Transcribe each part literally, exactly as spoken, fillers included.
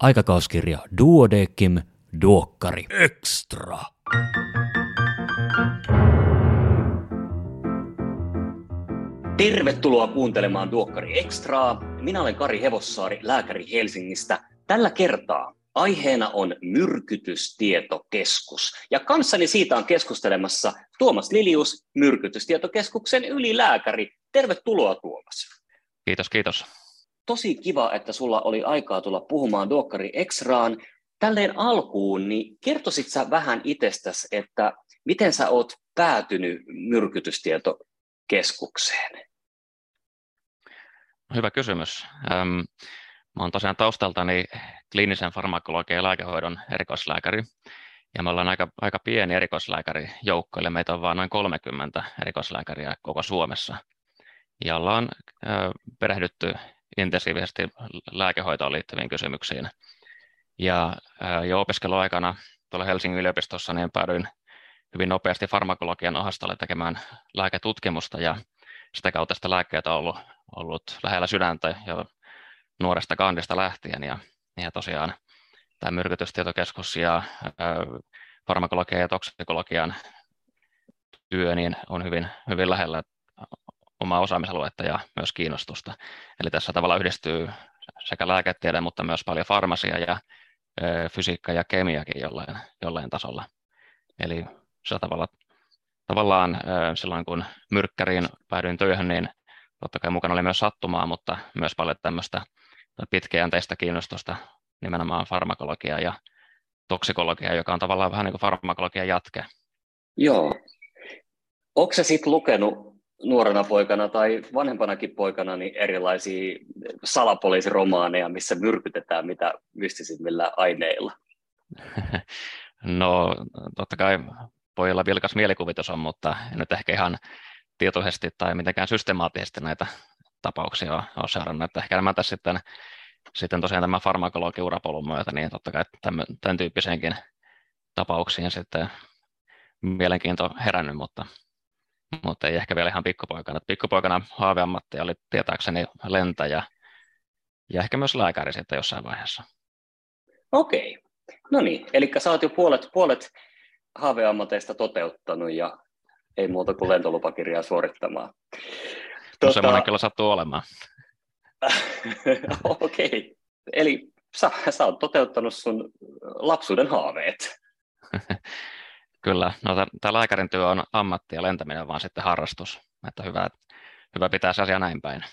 aikakauskirja Duodeckim Duokkari Extra. Tervetuloa kuuntelemaan Duokkari Extraa. Minä olen Kari Hevossaari, lääkäri Helsingistä. Tällä kertaa aiheena on Myrkytystietokeskus. Ja kanssani siitä on keskustelemassa Tuomas Lilius, Myrkytystietokeskuksen ylilääkäri. Tervetuloa, Tuomas. Kiitos, kiitos. Tosi kiva, että sulla oli aikaa tulla puhumaan Duokkari Extraan. Tälleen alkuun, niin kertoisit sä vähän itsestäsi, että miten sä oot päätynyt Myrkytystietokeskukseen? Hyvä kysymys. Ähm, mä oon tosiaan taustaltani kliinisen farmakologian ja lääkehoidon erikoislääkäri. Ja me ollaan aika, aika pieni erikoislääkärijoukko, eli meitä on vain noin kolmekymmentä erikoislääkäriä koko Suomessa. Ja ollaan äh, perehdytty intensiivisesti lääkehoitoon liittyviin kysymyksiin. Ja äh, jo opiskeluaikana tuolla Helsingin yliopistossa niin päädyin hyvin nopeasti farmakologian osastolle tekemään lääketutkimusta, ja sitä kautta sitä lääkkeitä on ollut, ollut lähellä sydäntä jo nuoresta kandista lähtien. Ja, ja tosiaan tämä Myrkytystietokeskus ja ää, farmakologian ja toksikologian työ niin on hyvin, hyvin lähellä omaa osaamisaluetta ja myös kiinnostusta. Eli tässä tavalla yhdistyy sekä lääketiede, mutta myös paljon farmasia ja ää, fysiikka ja kemiakin jollain, jollain tasolla. Eli se tavalla, tavallaan ää, silloin kun myrkkäriin päädyin työhön, niin totta kai mukana oli myös sattumaa, mutta myös paljon tämmöistä pitkäjänteistä kiinnostusta nimenomaan farmakologiaa ja toksikologiaa, joka on tavallaan vähän niin kuin farmakologian jatke. Joo. Onko sä sitten lukenut nuorena poikana tai vanhempanakin poikana niin erilaisia salapoliisiromaaneja, missä myrkytetään mitä mystisimmillä aineilla? No totta kai pojilla vilkas mielikuvitus on, mutta en nyt ehkä ihan tietoisesti tai mitenkään systemaattisesti näitä tapauksia ole seurannut. Että ehkä nämä tässä sitten, sitten tosiaan tämän farmakologiurapolun myötä, niin totta kai tämän, tämän tyyppiseenkin tapauksiin sitten mielenkiinto herännyt, mutta, mutta ei ehkä vielä ihan pikkupoikana. Pikkupoikana haaveammatti oli tietääkseni lentäjä ja ehkä myös lääkäri sitten jossain vaiheessa. Okei, no niin, eli sä oot jo puolet, puolet haaveammateista toteuttanut ja ei muuta kuin lentolupakirjaa suorittamaan. No tota... semmoinen kyllä sattuu olemaan. Okei, okay. Eli sä, sä oot toteuttanut sun lapsuuden haaveet. Kyllä, no tämä lääkärin työ on ammatti ja lentäminen on vaan sitten harrastus. Että hyvä, hyvä pitää se asia näin päin.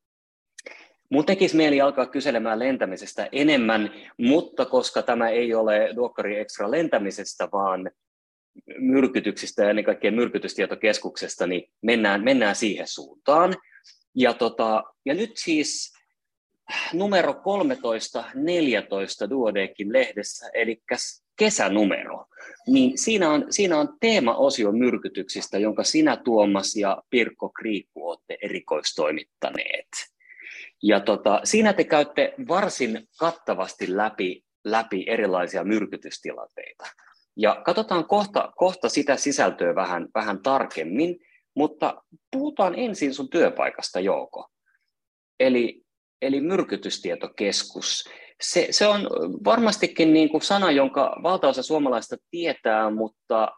Mun tekisi mieli alkaa kyselemään lentämisestä enemmän, mutta koska tämä ei ole Duokkari Extra lentämisestä, vaan myrkytyksistä ja ennen kaikkea Myrkytystietokeskuksesta, niin mennään, mennään siihen suuntaan. Ja, tota, ja nyt siis numero kolmetoista neljätoista Duodeckim lehdessä, eli kesänumero, niin siinä on, siinä on teemaosio myrkytyksistä, jonka sinä, Tuomas, ja Pirkko Kriikku olette erikoistoimittaneet. Ja tota, siinä te käytte varsin kattavasti läpi, läpi erilaisia myrkytystilanteita. Ja katsotaan kohta, kohta sitä sisältöä vähän, vähän tarkemmin, mutta puhutaan ensin sun työpaikasta, Jouko. Eli, eli Myrkytystietokeskus. Se, se on varmastikin niin kuin sana, jonka valtaosa suomalaista tietää, mutta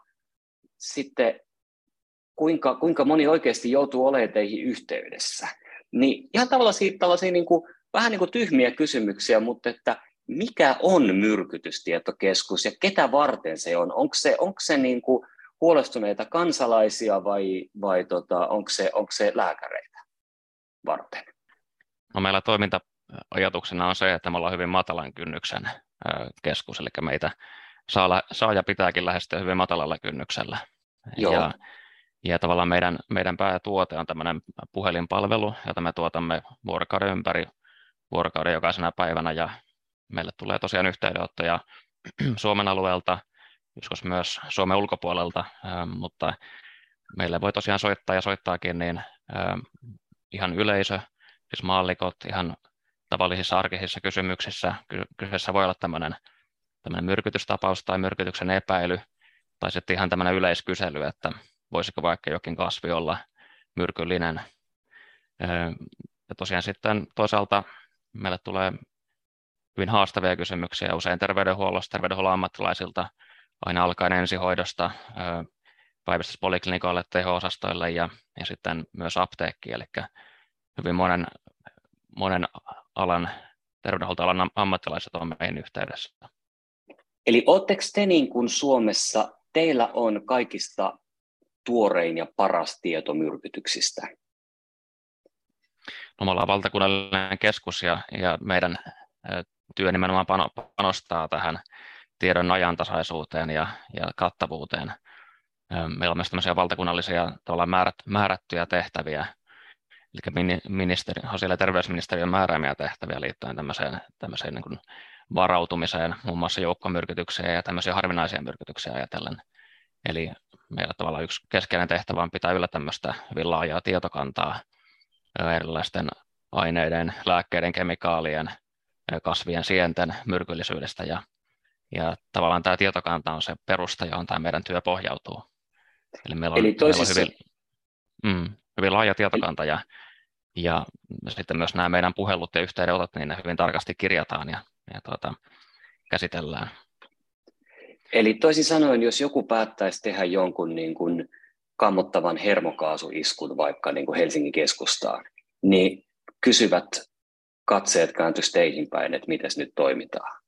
sitten kuinka, kuinka moni oikeasti joutuu olemaan teihin yhteydessä. Niin ihan tällaisia, tällaisia niin kuin, vähän niin kuin tyhmiä kysymyksiä, mutta että mikä on Myrkytystietokeskus ja ketä varten se on? Onko se, onko se niin kuin huolestuneita kansalaisia vai, vai tota, onko, se, onko se lääkäreitä varten? No, meillä toiminta-ajatuksena on se, että me ollaan hyvin matalan kynnyksen keskus, eli meitä saa, saa ja pitääkin lähestyä hyvin matalalla kynnyksellä. Joo. Ja, ja tavallaan meidän, meidän päätuote on tämmöinen puhelinpalvelu, jota me tuotamme vuorokauden ympäri, vuorokauden jokaisena päivänä, ja meille tulee tosiaan yhteydenottoja Suomen alueelta, joskus myös Suomen ulkopuolelta, mutta meille voi tosiaan soittaa ja soittaakin niin ihan yleisö, siis maallikot, ihan tavallisissa arkisissa kysymyksissä. Kyseessä voi olla tämmöinen, tämmöinen myrkytystapaus tai myrkytyksen epäily, tai sitten ihan tämmöinen yleiskysely, että voisiko vaikka jokin kasvi olla myrkyllinen. Ja tosiaan sitten toisaalta meille tulee hyvin haastavia kysymyksiä, usein terveydenhuollosta, terveydenhuollon ammattilaisilta, aina alkaen ensihoidosta, päivystyspoliklinikoille, teho-osastoille ja, ja sitten myös apteekkiin, eli hyvin monen, monen alan, terveydenhuoltoalan ammattilaiset on meidän yhteydessä. Eli oletteko te niin kuin Suomessa, teillä on kaikista tuorein ja paras tieto myrkytyksistä? No, me ollaan valtakunnallinen keskus ja, ja meidän työ nimenomaan panostaa tähän tiedon ajantasaisuuteen ja, ja kattavuuteen. Meillä on myös tämmöisiä valtakunnallisia määrät, määrättyjä tehtäviä, eli ministeri, sosiaali- ja terveysministeriön määräämiä tehtäviä liittyen tämmöiseen, tämmöiseen niin kuin varautumiseen, muun muassa joukkomyrkytyksiä ja tämmöisiä harvinaisia myrkytyksiä ajatellen. Eli meillä tavallaan yksi keskeinen tehtävä on pitää yllä tämmöistä hyvin laajaa tietokantaa erilaisten aineiden, lääkkeiden, kemikaalien, kasvien, sienten myrkyllisyydestä ja, ja tavallaan tämä tietokanta on se perusta, johon tämä meidän työ pohjautuu. Eli meillä on, Eli toisissa... meillä on hyvin, mm, hyvin laaja tietokanta ja, ja sitten myös nämä meidän puhelut ja yhteydenotot, niin ne hyvin tarkasti kirjataan ja, ja tuota, käsitellään. Eli toisin sanoen, jos joku päättäisi tehdä jonkun niin kuin kammottavan hermokaasuiskun vaikka niin kuin Helsingin keskustaan, niin kysyvät katseet kääntyisi teihin päin, että miten nyt toimitaan?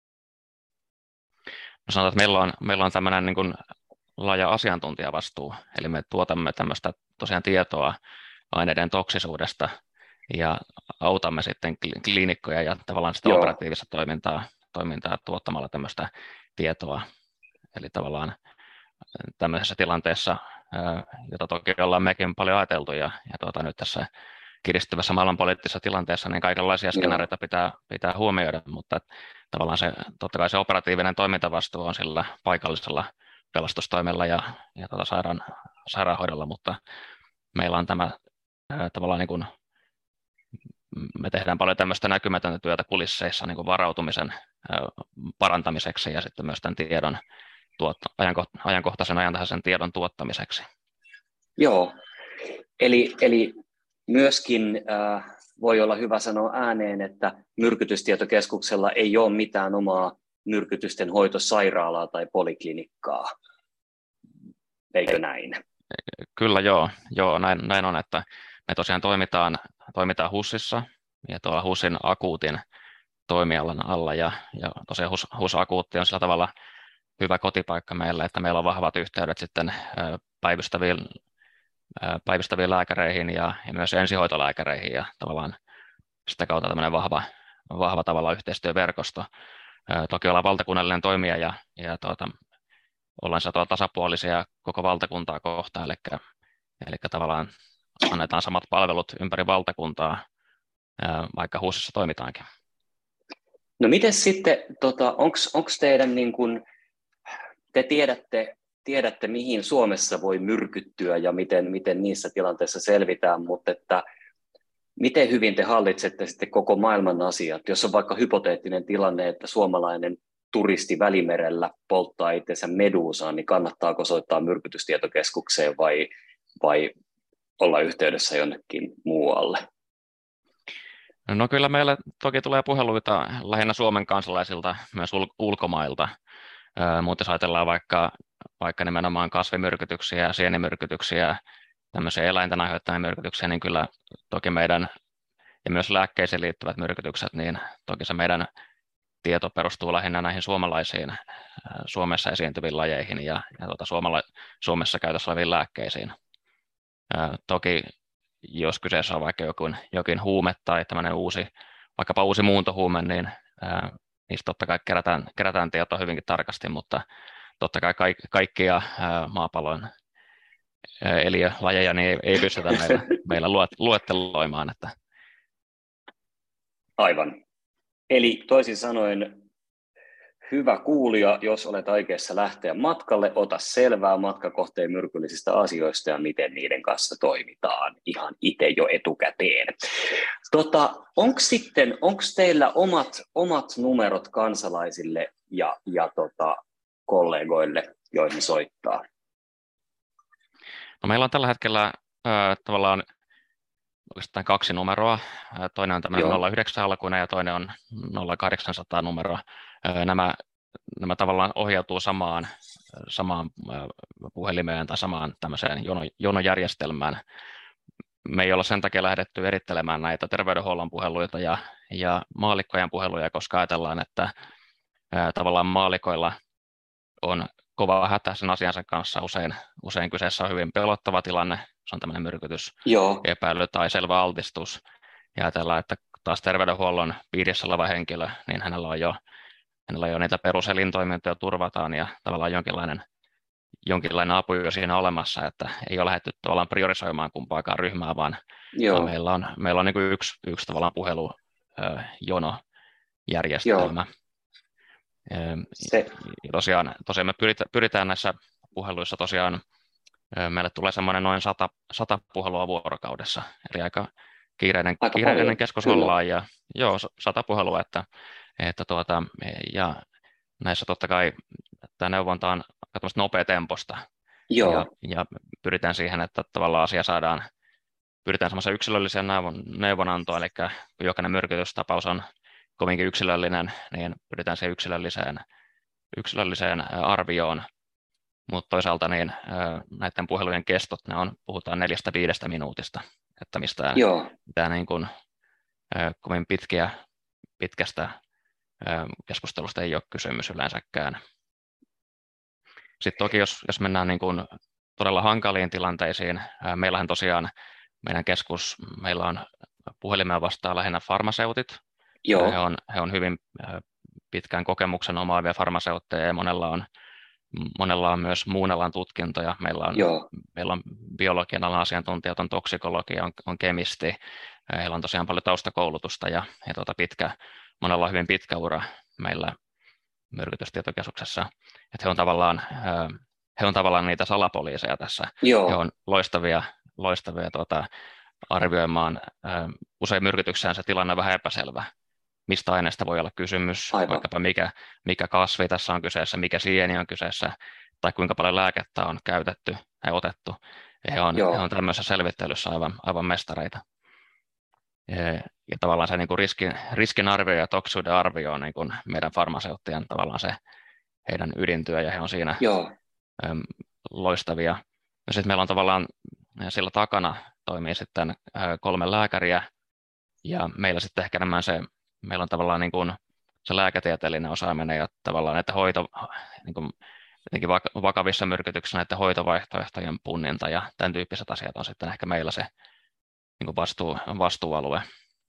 No sanotaan, että meillä on, meillä on tämmöinen niin kuin laaja asiantuntijavastuu, eli me tuotamme tämmöistä tosiaan tietoa aineiden toksisuudesta ja autamme sitten kliinikkoja ja tavallaan sitä Joo. operatiivista toimintaa, toimintaa tuottamalla tämmöistä tietoa. Eli tavallaan tämmöisessä tilanteessa, jota toki ollaan mekin paljon ajateltu ja, ja tuota, nyt tässä kiristyvässä maailmanpoliittisessa tilanteessa, niin kaikenlaisia skenaarioita pitää, pitää huomioida, mutta tavallaan se, totta kai se operatiivinen toimintavastuu on sillä paikallisella pelastustoimella ja, ja tuota sairaan, sairaanhoidolla, mutta meillä on tämä ää, tavallaan niin kuin, me tehdään paljon tämmöistä näkymätöntä työtä kulisseissa niin kuin varautumisen ää, parantamiseksi ja sitten myös tämän tiedon tuotta, ajanko, ajankohtaisen ajantasaisen tiedon tuottamiseksi. Joo, eli, eli myöskin äh, voi olla hyvä sanoa ääneen, että myrkytystietokeskuksella ei ole mitään omaa myrkytysten hoitosairaalaa tai poliklinikkaa. Eikö näin? Kyllä joo, joo näin, näin on, että me tosiaan toimitaan, toimitaan HUSissa ja tuolla HUSin akuutin toimialan alla ja, ja tosiaan HUS, HUS akuutti on sillä tavalla hyvä kotipaikka meille, että meillä on vahvat yhteydet sitten päivystäviin, päivystäviin lääkäreihin ja, ja myös ensihoitolääkäreihin ja tavallaan sitä kautta tämmöinen vahva, vahva tavalla yhteistyöverkosto. Toki ollaan valtakunnallinen toimija ja, ja tuota, ollaan saatu tasapuolisia koko valtakuntaa kohtaan, eli, eli tavallaan annetaan samat palvelut ympäri valtakuntaa, vaikka HUSissa toimitaankin. No miten sitten, tota, onko teidän, niin kun, te tiedätte, tiedätte, mihin Suomessa voi myrkyttyä ja miten, miten niissä tilanteissa selvitään, mutta että miten hyvin te hallitsette sitten koko maailman asiat, jos on vaikka hypoteettinen tilanne, että suomalainen turisti Välimerellä polttaa itsensä meduusaan, niin kannattaako soittaa myrkytystietokeskukseen vai, vai olla yhteydessä jonnekin muualle? No kyllä meille toki tulee puheluita lähinnä Suomen kansalaisilta, myös ul- ulkomailta, mutta jos ajatellaan vaikka, vaikka nimenomaan kasvimyrkytyksiä ja sienimyrkytyksiä, tämmöisiä eläinten aiheuttamia myrkytyksiä, niin kyllä toki meidän, ja myös lääkkeisiin liittyvät myrkytykset, niin toki se meidän tieto perustuu lähinnä näihin suomalaisiin, Suomessa esiintyviin lajeihin ja, ja tuota, Suomala- Suomessa käytössä oleviin lääkkeisiin. Ää, toki jos kyseessä on vaikka jokin, jokin huume tai tämmöinen uusi, vaikkapa uusi muuntohuume, niin ää, niistä totta kai kerätään, kerätään tietoa hyvinkin tarkasti, mutta totta kai kaikki, kaikkia ää, maapallon eliölajeja niin ei, ei pystytä meillä, meillä luetteloimaan. Että. Aivan. Eli toisin sanoen, hyvä kuulija, jos olet aikeissa lähteä matkalle, ota selvää matkakohteen myrkyllisistä asioista ja miten niiden kanssa toimitaan ihan itse jo etukäteen. Tota, onko sitten, onko teillä omat, omat numerot kansalaisille ja, ja tota, kollegoille, joihin soittaa? No, meillä on tällä hetkellä äh, tavallaan oikeastaan kaksi numeroa. Toinen on tämmöinen Joo. nolla yhdeksän alkuinen ja toinen on nolla kahdeksansataa numero. Nämä, nämä tavallaan ohjautuu samaan, samaan puhelimeen tai samaan tämmöiseen jono, jonojärjestelmään. Me ei olla sen takia lähdetty erittelemään näitä terveydenhuollon puheluita ja, ja maallikkojen puheluja, koska ajatellaan, että ää, tavallaan maallikoilla on kova hätä sen asiansa kanssa. Usein, usein kyseessä on hyvin pelottava tilanne, se on tämmöinen myrkytys, Joo. epäily tai selvä altistus. Ja ajatellaan, että taas terveydenhuollon piirissä oleva henkilö, niin hänellä on jo, hänellä on jo niitä peruselintoimintoja turvataan ja tavallaan jonkinlainen, jonkinlainen apu jo siinä olemassa, että ei ole lähdetty tavallaan priorisoimaan kumpaakaan ryhmää, vaan, vaan meillä on, meillä on niin kuin yksi, yksi tavallaan puhelujärjestelmä. Se. Tosiaan, tosiaan me pyritään, pyritään näissä puheluissa tosiaan, meille tulee semmoinen noin sata, sata puhelua vuorokaudessa, eli aika kiireinen, aika kiireinen keskus kyllä ollaan, ja joo, sata puhelua, että, että tuota, ja näissä totta kai tämä neuvonta on nopeatempoista, ja, ja pyritään siihen, että tavallaan asia saadaan, pyritään semmoisen yksilöllisen neuvon, neuvonantoon, eli kun jokainen myrkytystapaus on kovinkin yksilöllinen, niin pyritään siihen yksilölliseen, yksilölliseen arvioon, mutta toisaalta niin, näiden puhelujen kestot, ne on, puhutaan neljästä viidestä minuutista, että mistään, mitään niin kuin, kovin pitkiä, pitkästä keskustelusta ei ole kysymys yleensäkään. Sitten toki, jos, jos mennään niin kuin todella hankaliin tilanteisiin, meillähän tosiaan meidän keskus, meillä on puhelimeen vastaan lähinnä farmaseutit. Joo. He, on, he on hyvin pitkän kokemuksen omaavia farmaseutteja ja monella on, monella on myös muun alan tutkintoja. Meillä on, meillä on biologian alan asiantuntijat, on toksikologia, on, on kemisti. Heillä on tosiaan paljon taustakoulutusta ja, ja tuota pitkä, monella on hyvin pitkä ura meillä myrkytystietokeskuksessa. Että he on tavallaan, he on tavallaan niitä salapoliiseja tässä. Joo. He on loistavia, loistavia tuota, arvioimaan. Usein myrkytykseen se tilanne on vähän epäselvä. Mistä aineesta voi olla kysymys, aivan, vaikkapa mikä, mikä kasvi tässä on kyseessä, mikä sieni on kyseessä, tai kuinka paljon lääkettä on käytetty tai otettu. He on, he on tämmöisessä selvittelyssä aivan, aivan mestareita. Ja tavallaan se niin kuin riskin, riskinarvio ja toksisuuden arvio on niin kuin meidän farmaseuttien tavallaan se heidän ydintyö, ja he on siinä Joo. loistavia. Ja sitten meillä on tavallaan sillä takana toimii sitten kolme lääkäriä, ja meillä sitten ehkä enemmän se, meillä on tavallaan niin kuin se lääketieteellinen osaaminen ja tavallaan että hoito, niin kuin vakavissa myrkytyksissä näiden hoitovaihtoehtojen punninta ja tämän tyyppiset asiat on sitten ehkä meillä se niin kuin vastuu, vastuualue.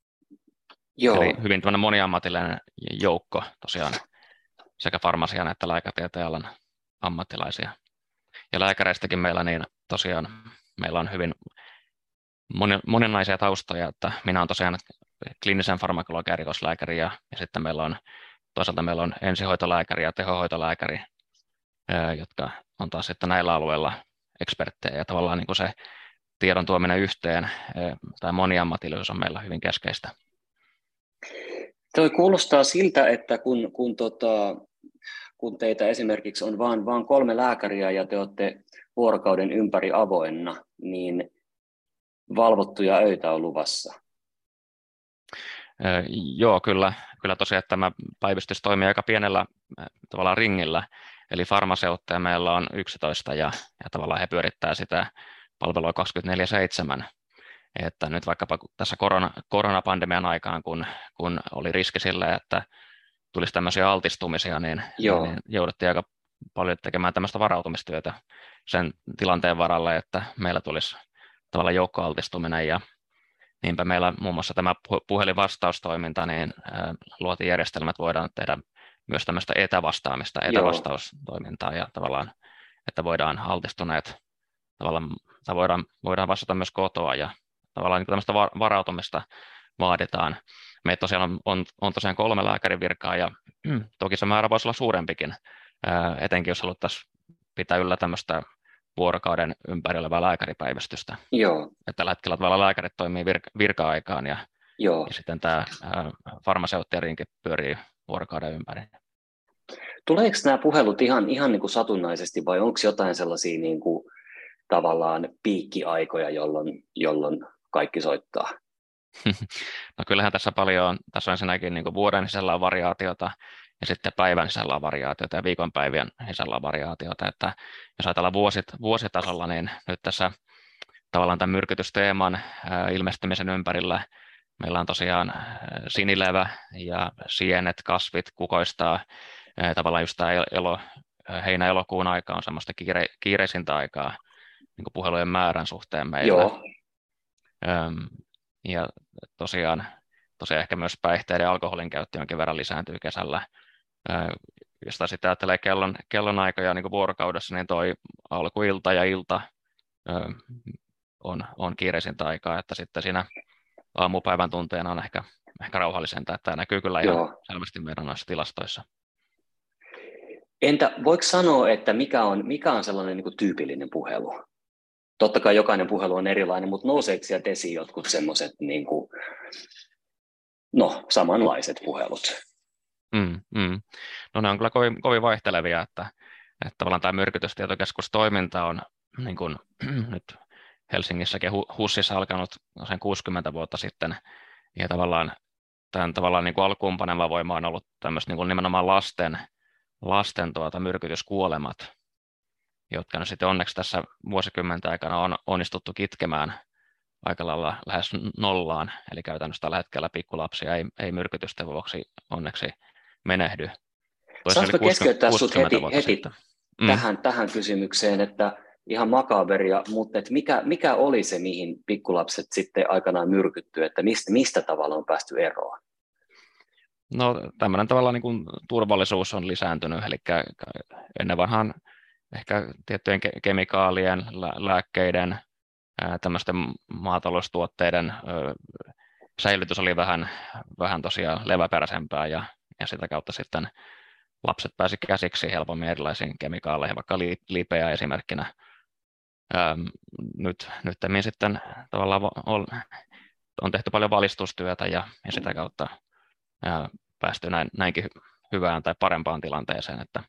Joo. Eli hyvin tämmöinen moniammatillinen joukko tosiaan sekä farmasian että lääketieteen alan ammattilaisia. Ja lääkäreistäkin meillä niin tosiaan meillä on hyvin monenlaisia taustoja, että minä olen tosiaan kliinisen farmakologian erikoislääkäri ja, ja sitten meillä on toisaalta meillä on ensihoitolääkäri ja tehohoitolääkäri, jotka on taas sitten näillä alueilla eksperttejä ja tavallaan niin kuin se tiedon tuominen yhteen tai moniammatillisuus on meillä hyvin keskeistä. Toi kuulostaa siltä, että kun, kun, tota, kun teitä esimerkiksi on vain vaan kolme lääkäriä ja te olette vuorokauden ympäri avoinna, niin valvottuja öitä on luvassa. Ee, joo, kyllä, kyllä tosiaan, että tämä päivystys toimii aika pienellä tavallaan ringillä, eli farmaseutteja meillä on yksitoista ja, ja tavallaan he pyörittää sitä palvelua kaksikymmentäneljä seitsemän. Että nyt vaikkapa tässä korona, koronapandemian aikaan, kun, kun oli riski sille, että tulisi tämmöisiä altistumisia, niin, niin jouduttiin aika paljon tekemään tämmöistä varautumistyötä sen tilanteen varalle, että meillä tulisi tavallaan joukkoaltistuminen ja niinpä meillä muun muassa tämä puhelinvastaustoiminta, niin ää, luotiin järjestelmät, voidaan tehdä myös tämmöistä etävastaamista, etävastaustoimintaa ja tavallaan, että voidaan altistuneet, tavallaan, tai voidaan, voidaan vastata myös kotoa ja tavallaan niin tämmöistä varautumista vaaditaan. Meitä tosiaan on, on, on tosiaan kolme lääkärin virkaa ja toki se määrä voisi olla suurempikin, ää, etenkin jos haluttaisiin pitää yllä tämmöistä vuorokauden ympäri olevaa lääkäripäivystystä. Joo. Että tällä hetkellä tavallaan lääkärit toimii virka- virka-aikaan ja, ja sitten tämä farmaseuttien rinki pyörii vuorokauden ympäri. Tuleeko nämä puhelut ihan, ihan niin kuin satunnaisesti vai onko jotain sellaisia niin kuin, tavallaan piikkiaikoja, jolloin, jolloin kaikki soittaa? No kyllähän tässä paljon on, tässä on ensinnäkin niin kuin vuoden sisällä on variaatiota ja sitten päivän sisällä on variaatiota ja viikonpäivien sisällä on variaatiota, että jos ajatellaan vuosit, vuositasolla, niin nyt tässä tavallaan tämän myrkytysteeman ää, ilmestymisen ympärillä meillä on tosiaan ää, sinilevä ja sienet, kasvit kukoistaa, ää, tavallaan just tämä elo, heinä-elokuun aika on semmoista kiire, kiireisintä aikaa niin kuin puhelujen määrän suhteen meillä. Joo. Öm, ja tosiaan, tosiaan ehkä myös päihteiden ja alkoholin käyttö jonkin verran lisääntyy kesällä. Jos sitten ajattelee kellon, kellonaikoja niin kuin vuorokaudessa, niin toi alkuilta ja ilta ö, on, on kiireisintä aikaa, että sitten siinä aamupäivän tunteena on ehkä, ehkä rauhallisenta, että tämä näkyy kyllä ihan Joo. selvästi meidän noissa tilastoissa. Entä voiko sanoa, että mikä on, mikä on sellainen niin kuin tyypillinen puhelu? Totta kai jokainen puhelu on erilainen, mutta nouseeko sieltä esiin jotkut semmoiset niin kuin, no, samanlaiset puhelut? Mm, mm. No ne on kyllä kovin, kovin vaihtelevia, että, että tavallaan tämä myrkytystietokeskustoiminta on niin kuin, nyt Helsingissäkin HUSissa alkanut sen kuusikymmentä vuotta sitten, ja tavallaan tämän tavallaan niin kuin alkuunpaneva voima on ollut tämmöistä niin kuin nimenomaan lasten, lasten tuota, myrkytyskuolemat, jotka nyt sitten onneksi tässä vuosikymmenten aikana on onnistuttu kitkemään aika lailla lähes nollaan, eli käytännössä tällä hetkellä pikkulapsia ei, ei myrkytysten vuoksi onneksi menehdy. Saanko keskeyttää sinut heti, heti mm. tähän, tähän kysymykseen, että ihan makaberia, mutta että mikä, mikä oli se, mihin pikkulapset sitten aikanaan myrkyttyy, että mistä, mistä tavalla on päästy eroon? No tämmöinen tavallaan niin kuin turvallisuus on lisääntynyt, eli ennen vanhaan ehkä tiettyjen ke- kemikaalien, lä- lääkkeiden, ää, tämmöisten maataloustuotteiden ö, säilytys oli vähän, vähän tosiaan leväperäisempää ja, ja sitä kautta sitten lapset pääsi käsiksi helpommin erilaisiin kemikaaleihin, vaikka li- lipeä esimerkkinä. Ähm, nyt, nyt sitten tavallaan on, on tehty paljon valistustyötä ja, ja sitä kautta ää, päästy näin, näinkin hyvään tai parempaan tilanteeseen. Että,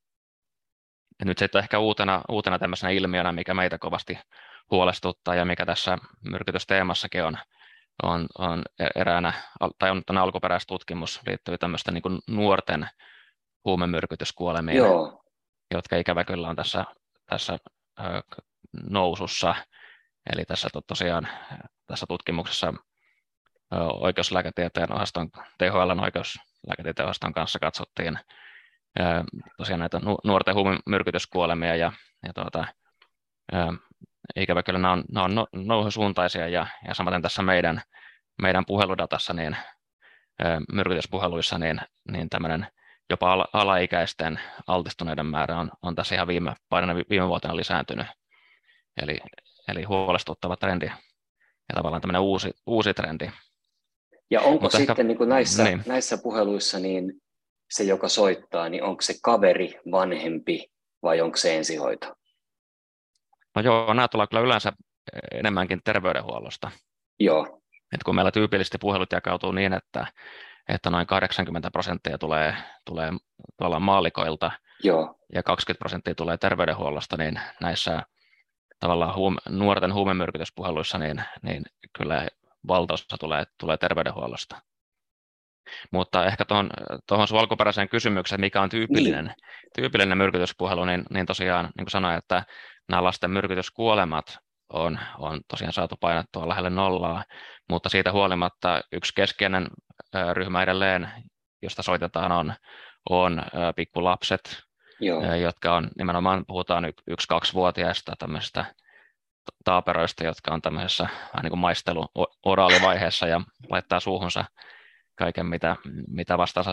ja nyt sitten ehkä uutena, uutena tämmöisenä ilmiönä, mikä meitä kovasti huolestuttaa ja mikä tässä myrkytysteemassakin on, on, on eräänä, tai on alkuperäistutkimus liittyy tämmöistä niin kuin nuorten huumemyrkytyskuolemiin, Joo. jotka ikävä kyllä on tässä, tässä ö, nousussa. Eli tässä to, tosiaan tässä tutkimuksessa ö, oikeuslääketieteen osaston, T H L:n oikeuslääketieteen osaston kanssa katsottiin ö, tosiaan näitä nu, nuorten huumemyrkytyskuolemia ja, ja tuota, ö, ikävä kyllä nämä on, nämä on no, noususuuntaisia ja, ja samaten tässä meidän, meidän puheludatassa, niin ö, myrkytyspuheluissa, niin, niin tämmöinen jopa ala, alaikäisten altistuneiden määrä on, on tässä ihan viime, viime vuotena lisääntynyt. Eli, eli huolestuttava trendi ja tavallaan tämmöinen uusi, uusi trendi. Ja onko Mutta sitten ehkä, niin kuin näissä, niin. näissä puheluissa niin se, joka soittaa, niin onko se kaveri, vanhempi vai onko se ensihoito? No joo, nämä tulee kyllä yleensä enemmänkin terveydenhuollosta. Joo. Et kun meillä tyypillisesti puhelut jakautuu niin, että, että noin kahdeksankymmentä prosenttia tulee, tulee tuolla maallikoilta Joo. ja kaksikymmentä prosenttia tulee terveydenhuollosta, niin näissä tavallaan huume, nuorten huumemyrkytyspuheluissa, niin, niin kyllä valtaosa tulee, tulee terveydenhuollosta. Mutta ehkä tuohon, tuohon sun alkuperäiseen kysymykseen, mikä on tyypillinen, niin. tyypillinen myrkytyspuhelu, niin, niin tosiaan, niin kuin sanoin, että nämä lasten myrkytyskuolemat on, on tosiaan saatu painettua lähelle nollaa, mutta siitä huolimatta yksi keskeinen ryhmä edelleen, josta soitetaan, on, on pikkulapset, Joo. jotka on nimenomaan, puhutaan yksi-kaksivuotiaista tämmöisistä taaperoista, jotka on tämmöisessä vähän niin kuin maistelu-oraalivaiheessa ja laittaa suuhunsa kaiken, mitä, mitä vastaansa,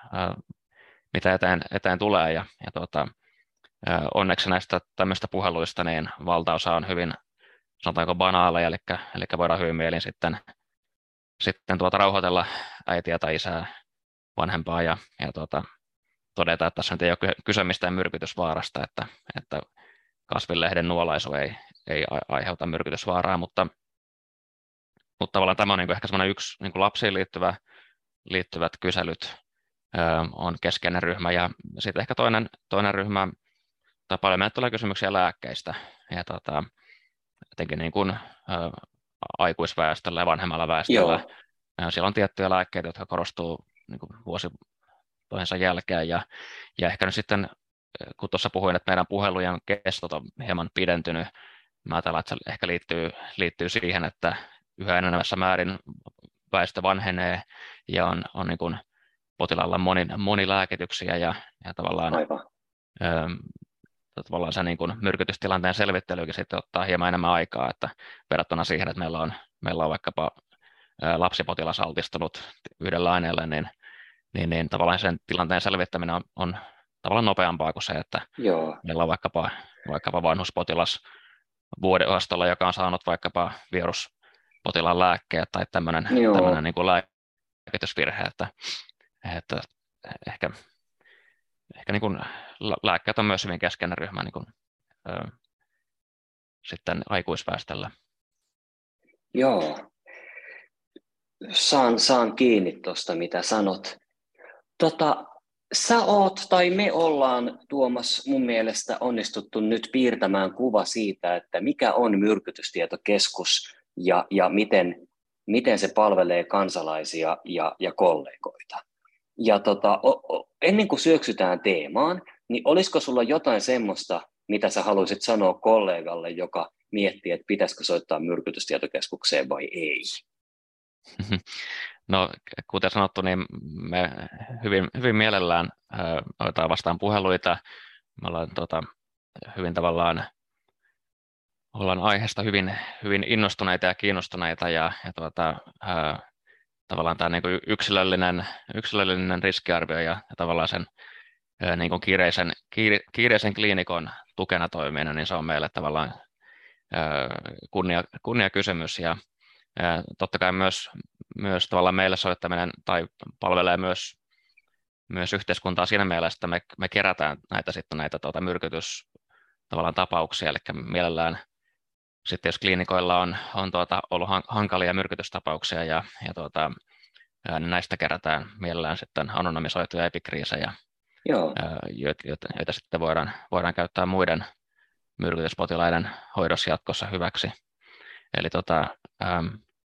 mitä eteen, eteen tulee. Ja, ja tuota, onneksi näistä tämmöistä puheluista niin valtaosa on hyvin, sanotaanko banaaleja, eli, eli voidaan hyvin mielin sitten, sitten tuota rauhoitella äitiä tai isää, vanhempaa ja, ja tuota, todeta, että tässä nyt ei ole kyse mistään myrkytysvaarasta, että, että kasvinlehden nuolaisu ei, ei aiheuta myrkytysvaaraa, mutta, mutta tavallaan tämä on niin kuin ehkä semmoinen yksi niin kuin lapsiin liittyvä, liittyvät kyselyt ö, on keskeinen ryhmä, ja sitten ehkä toinen, toinen ryhmä, tai paljon meille tulee kysymyksiä lääkkeistä, ja tota, jotenkin niin kuin, ö, aikuisväestöllä ja vanhemmalla väestöllä. Joo. Siellä on tiettyjä lääkkeitä, jotka korostuu niin kuin vuosi toisensa jälkeen, ja, ja ehkä nyt sitten, kun tuossa puhuin, että meidän puhelujen kestot on hieman pidentynyt, mä ajattelen, että se ehkä liittyy, liittyy siihen, että yhä enenevässä määrin väestö vanhenee ja on, on niin kuin potilaalla moni, monilääkityksiä ja, ja tavallaan, ö, tavallaan se niin kuin myrkytystilanteen selvittelykin sitten ottaa hieman enemmän aikaa, että verrattuna siihen, että meillä on, meillä on vaikkapa ö, lapsipotilas altistunut yhdellä aineelle, niin, niin, niin tavallaan sen tilanteen selvittäminen on, on tavallaan nopeampaa kuin se, että Joo. meillä on vaikkapa, vaikkapa vanhuspotilas vuodeosastolla, joka on saanut vaikkapa viruspotilaan lääkkeet tai tämmöinen, tämmöinen niin kuin lääkitysvirhe, että, että ehkä, ehkä niin kuin lääkkeet on myös hyvin keskeinen ryhmä niin kuin, ö, sitten aikuisväestöllä. Joo, saan, saan kiinni tuosta, mitä sanot. Tota, sä oot, tai me ollaan, Tuomas, mun mielestä onnistuttu nyt piirtämään kuva siitä, että mikä on myrkytystietokeskus ja, ja miten, miten se palvelee kansalaisia ja, ja kollegoita. Ja tota, o, o, ennen kuin syöksytään teemaan, niin olisiko sulla jotain semmoista, mitä sä haluaisit sanoa kollegalle, joka miettii, että pitäisikö soittaa myrkytystietokeskukseen vai ei? No, kuten sanottu, niin me hyvin, hyvin mielellään äh, otetaan vastaan puheluita. Me ollaan tota, hyvin tavallaan, ollaan aiheesta hyvin, hyvin innostuneita ja kiinnostuneita, ja, ja tuota, äh, tavallaan tämä niin kuin yksilöllinen, yksilöllinen riskiarvio ja, ja tavallaan sen äh, niin kuin kiireisen, kiire, kiireisen kliinikon tukena toimiminen, niin se on meille tavallaan äh, kunnia, kunnia kysymys, ja äh, totta kai myös myös tavallaan meille soittaminen tai palvelee myös, myös yhteiskuntaa siinä mielessä, että me, me kerätään näitä sitten näitä tuota, myrkytys tavallaan tapauksia, eli mielellään sitten jos kliinikoilla on, on tuota, ollut hankalia myrkytystapauksia ja, ja tuota, niin näistä kerätään mielellään sitten anonymisoituja epikriisejä, Joo. Joita, joita, joita sitten voidaan, voidaan käyttää muiden myrkytyspotilaiden hoidossa jatkossa hyväksi. Eli tota, ähm,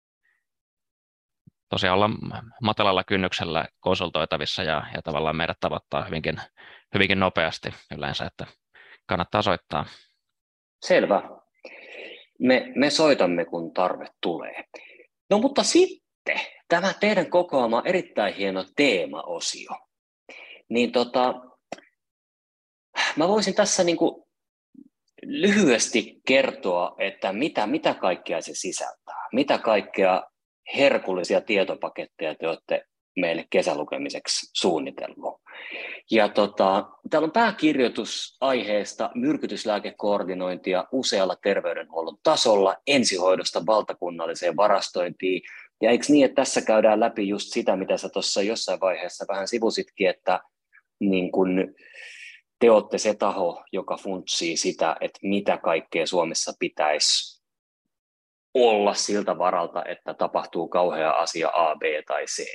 tosiaan olla matalalla kynnyksellä konsultoitavissa ja, ja tavallaan meidät tavoittaa hyvinkin, hyvinkin nopeasti yleensä, että kannattaa soittaa. Selvä. Me, me soitamme, kun tarve tulee. No mutta sitten tämä teidän kokoama erittäin hieno teemaosio. Niin tota, mä voisin tässä niinku lyhyesti kertoa, että mitä, mitä kaikkea se sisältää, mitä kaikkea herkullisia tietopaketteja te olette meille kesälukemiseksi suunnitellut. Ja tota, täällä on pääkirjoitus aiheesta myrkytyslääkekoordinointia usealla terveydenhuollon tasolla, ensihoidosta valtakunnalliseen varastointiin. Ja eikö niin, että tässä käydään läpi just sitä, mitä sä tuossa jossain vaiheessa vähän sivusitkin, että niin kun te olette se taho, joka funtsii sitä, että mitä kaikkea Suomessa pitäisi olla siltä varalta, että tapahtuu kauhea asia A, B tai C.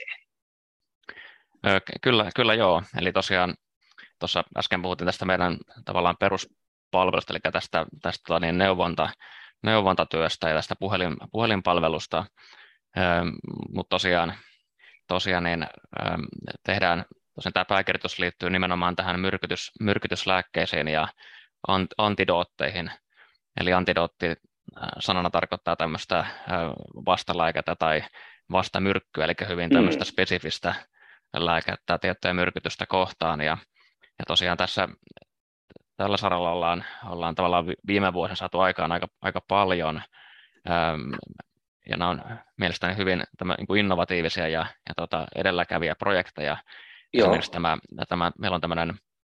Kyllä, kyllä joo. Eli tosiaan tuossa äsken puhuttiin tästä meidän tavallaan peruspalvelusta, eli tästä, tästä niin neuvonta, neuvontatyöstä ja tästä puhelin, puhelinpalvelusta, ähm, mutta tosiaan, tosiaan niin, ähm, tehdään, tosiaan tämä pääkirjoitus liittyy nimenomaan tähän myrkytys, myrkytyslääkkeisiin ja ant, antidootteihin, eli antidootti sanana tarkoittaa tämmöistä vastalääkettä tai vastamyrkkyä, eli hyvin tämmöistä mm. spesifistä lääkettä tiettyä myrkytystä kohtaan. Ja, ja tosiaan tässä tällä saralla ollaan, ollaan tavallaan viime vuosina saatu aikaan aika, aika paljon, ja nämä on mielestäni hyvin tämä, niin kuin innovatiivisia ja, ja tota, edelläkävijä projekteja. Esimerkiksi tämä, tämä, meillä on tämmöinen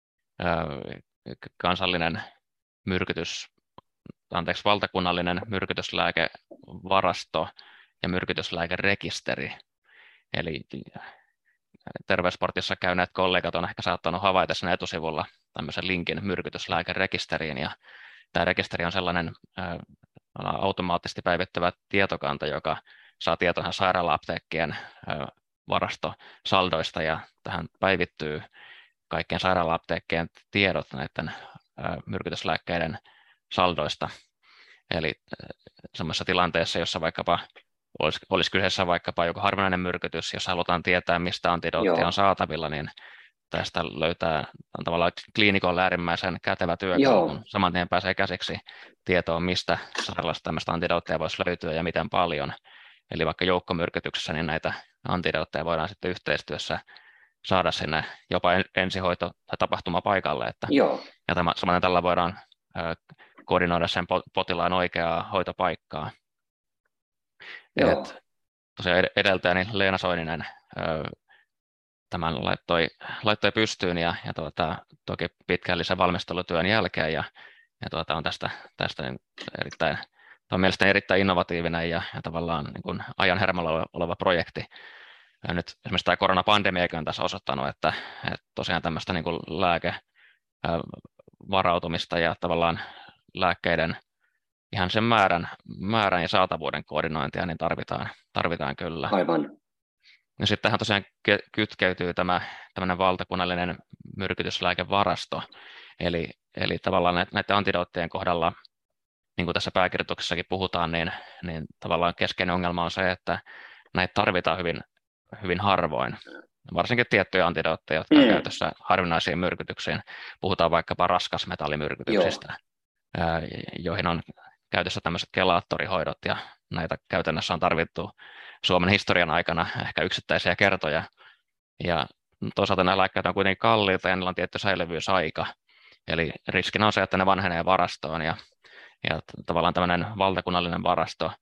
kansallinen myrkytys, anteeksi, valtakunnallinen myrkytyslääkevarasto ja myrkytyslääkerekisteri. Eli terveysportissa käyneet kollegat on ehkä saattanut havaita sen etusivulla tämmöisen linkin myrkytyslääkerekisteriin. Ja tämä rekisteri on sellainen ä, automaattisesti päivittävä tietokanta, joka saa tietoa sairaala-apteekkien ä, varastosaldoista, ja tähän päivittyy kaikkien sairaala-apteekkien tiedot näiden ä, myrkytyslääkkeiden saldoista. Eli semmoisessa tilanteessa, jossa vaikkapa olisi, olisi kyseessä vaikkapa joku harvinainen myrkytys, jos halutaan tietää, mistä antidoottia on saatavilla, niin tästä löytää on tavallaan kliinikolle äärimmäisen kätevä työkalu, kun saman tien pääsee käsiksi tietoon, mistä sairaalasta tämmöistä antidoottia voisi löytyä ja miten paljon. Eli vaikka joukkomyrkytyksessä, niin näitä antidootteja voidaan sitten yhteistyössä saada sinne jopa ensihoito- tai tapahtumapaikalle. Että, ja tämä, samaten tällä voidaan ö, koordinoida sen potilaan oikeaa hoitopaikkaa. Et, tosiaan edeltäjäni Leena Soininen ö, tämän laittoi, laittoi pystyyn ja, ja tuota, toki pitkällisen valmistelutyön jälkeen ja, ja tuota, on tästä, tästä niin erittäin, on mielestäni erittäin innovatiivinen ja, ja tavallaan niin kuin ajan hermolla oleva projekti. Ja nyt esimerkiksi tämä koronapandemiakin on tässä osoittanut, että, että tosiaan tämmöistä niin kuin lääkevarautumista ja tavallaan lääkkeiden ihan sen määrän, määrän ja saatavuuden koordinointia niin tarvitaan, tarvitaan kyllä. Aivan. Ja sitten tähän tosiaan kytkeytyy tämä tämmöinen valtakunnallinen myrkytyslääkevarasto, eli, eli tavallaan näiden antidoottien kohdalla, niin kuin tässä pääkirjoituksessakin puhutaan, niin, niin tavallaan keskeinen ongelma on se, että näitä tarvitaan hyvin, hyvin harvoin, varsinkin tiettyjä antidootteja, jotka on mm. käytössä harvinaisiin myrkytyksiin. Puhutaan vaikkapa raskasmetallimyrkytyksistä, ää, joihin on käytössä tämmöiset kelaattorihoidot, ja näitä käytännössä on tarvittu Suomen historian aikana ehkä yksittäisiä kertoja. Ja toisaalta nämä lääkkeet on kuitenkin kalliita ja niillä on tietty säilyvyysaika. Eli riskinä on se, että ne vanhenee varastoon ja, ja tavallaan tämmöinen valtakunnallinen varasto,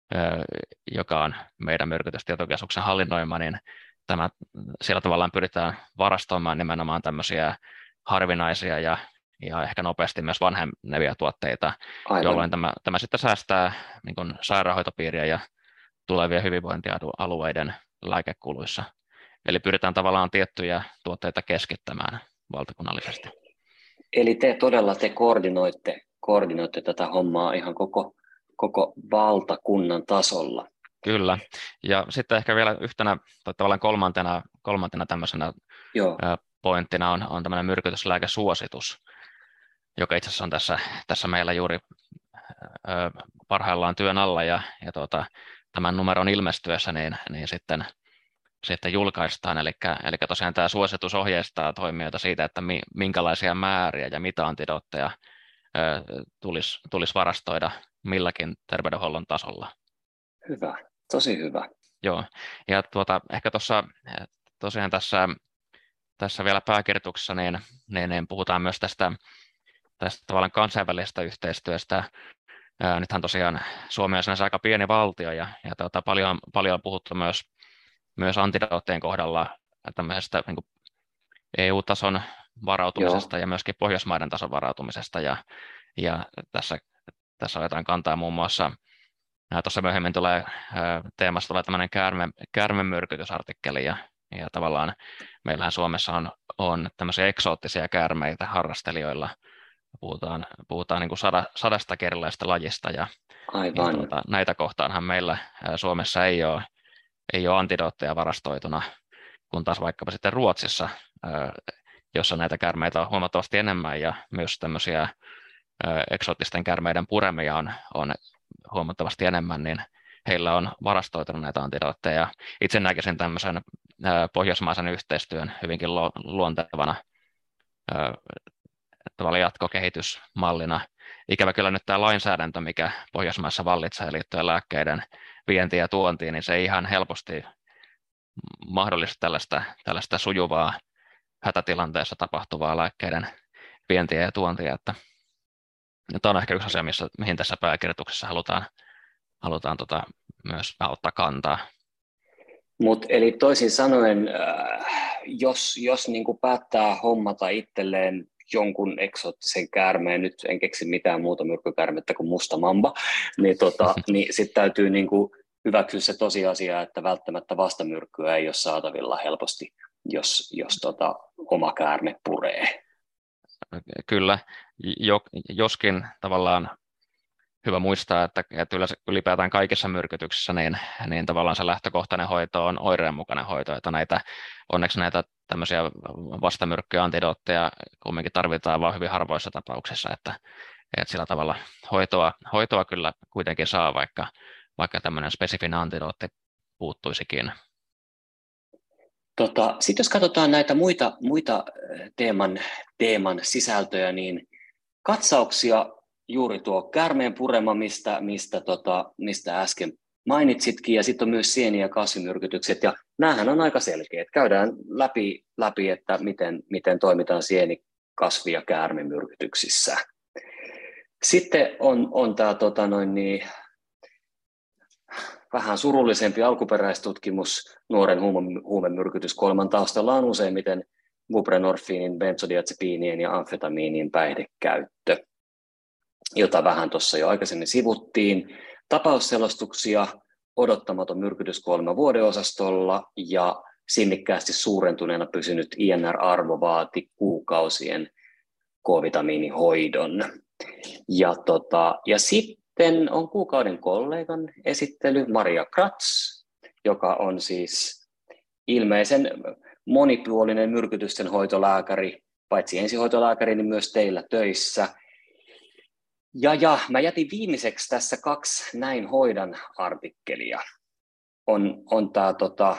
joka on meidän myrkytystietokeskuksen hallinnoima, niin tämä, siellä tavallaan pyritään varastoimaan nimenomaan tämmöisiä harvinaisia ja, ja ehkä nopeasti myös vanhenevia tuotteita, Aivan. jolloin tämä, tämä sitten säästää niin kuin sairaanhoitopiiriä ja tulevien hyvinvointialueiden lääkekuluissa. Eli pyritään tavallaan tiettyjä tuotteita keskittämään valtakunnallisesti. Eli te todella te koordinoitte, koordinoitte tätä hommaa ihan koko, koko valtakunnan tasolla. Kyllä. Ja sitten ehkä vielä yhtenä tai tavallaan kolmantena, kolmantena tämmöisenä Joo. pointtina on, on tämmöinen myrkytyslääkesuositus, joka itse asiassa on tässä, tässä meillä juuri ö, parhaillaan työn alla ja, ja tuota, tämän numeron ilmestyessä niin, niin sitten, sitten julkaistaan. Eli, eli tosiaan tämä suositus ohjeistaa toimijoita siitä, että mi, minkälaisia määriä ja mitä antidootteja ö, tulisi, tulisi varastoida milläkin terveydenhuollon tasolla. Hyvä, tosi hyvä. Joo, ja tuota, ehkä tuossa tosiaan tässä, tässä vielä pääkirjoituksessa niin, niin, niin puhutaan myös tästä, tästä tavallaan kansainvälisestä yhteistyöstä. Ää, nythän tosiaan Suomi on sinänsä aika pieni valtio ja, ja tuota, paljon, paljon on puhuttu myös, myös antidoottien kohdalla tämmöisestä niin kuin E U-tason varautumisesta Joo. ja myöskin Pohjoismaiden tason varautumisesta ja, ja tässä, tässä otetaan kantaa muun muassa tuossa myöhemmin tulee teemassa tulee tämmöinen käärme, käärmemyrkytysartikkeli ja, ja tavallaan meillähän Suomessa on, on tämmöisiä eksoottisia käärmeitä harrastelijoilla. Puhutaan, puhutaan niin kuin sada, sadasta erilaisesta lajista ja, ja tuota, näitä kohtaanhan meillä Suomessa ei ole, ei ole antidootteja varastoituna, kun taas vaikkapa sitten Ruotsissa, jossa näitä käärmeitä on huomattavasti enemmän ja myös tämmöisiä eksoottisten käärmeiden puremia on, on huomattavasti enemmän, niin heillä on varastoitunut näitä antidootteja. Itse näkisin tämmöisen pohjoismaisen yhteistyön hyvinkin luontevana tavallaan jatkokehitysmallina. Ikävä kyllä nyt tämä lainsäädäntö, mikä Pohjoismaissa vallitsee liittyen lääkkeiden vientiin ja tuontiin, niin se ei ihan helposti mahdollista tällaista, tällaista sujuvaa hätätilanteessa tapahtuvaa lääkkeiden vientiä ja tuontia. Että tämä on ehkä yksi asia, missä, mihin tässä pääkirjoituksessa halutaan, halutaan tota myös ottaa kantaa. Mut, eli toisin sanoen, äh, jos, jos niin kuin päättää hommata itselleen jonkun eksoottisen käärmeen, nyt en keksi mitään muuta myrkkykäärmettä kuin musta mamba, niin, tota, niin sitten täytyy niin kuin hyväksyä se tosiasia, että välttämättä vastamyrkkyä ei ole saatavilla helposti, jos, jos tota, oma käärme puree. Kyllä, jo, joskin tavallaan hyvä muistaa, että, että ylipäätään kaikissa myrkytyksissä niin, niin tavallaan se lähtökohtainen hoito on oireenmukainen hoito, että näitä, onneksi näitä tämmöisiä vastamyrkkyjä, antidootteja kumminkin tarvitaan vain hyvin harvoissa tapauksissa, että, että sillä tavalla hoitoa, hoitoa kyllä kuitenkin saa, vaikka, vaikka tämmöinen spesifinen antidootti puuttuisikin. Tota, Sitten jos katsotaan näitä muita, muita teeman, teeman sisältöjä, niin katsauksia juuri tuo käärmeen purema, mistä, mistä, tota, mistä äsken mainitsitkin, ja sitten on myös sieni- ja kasvimyrkytykset, ja näähän on aika selkeät. Käydään läpi, läpi että miten, miten toimitaan sieni-, kasvi- ja käärmemyrkytyksissä. Sitten on, on tämä tota noin niin, vähän surullisempi alkuperäistutkimus nuoren huumemyrkytyskuoleman taustalla on useimmiten buprenorfiinin, benzodiazepiinien ja amfetamiinin päihdekäyttö, jota vähän tuossa jo aikaisemmin sivuttiin. Tapausselostuksia, odottamaton myrkytyskuolema vuodeosastolla ja sinnikkäästi suurentuneena pysynyt I N R-arvo vaati kuukausien K-vitamiinihoidon. Ja, tota, ja sitten on kuukauden kollegan esittely Maria Kratz, joka on siis ilmeisen monipuolinen myrkytysten hoitolääkäri, paitsi ensihoitolääkäri, niin myös teillä töissä. Ja, ja mä jätin viimeiseksi tässä kaksi Näin hoidan artikkelia. On, on tää, tota,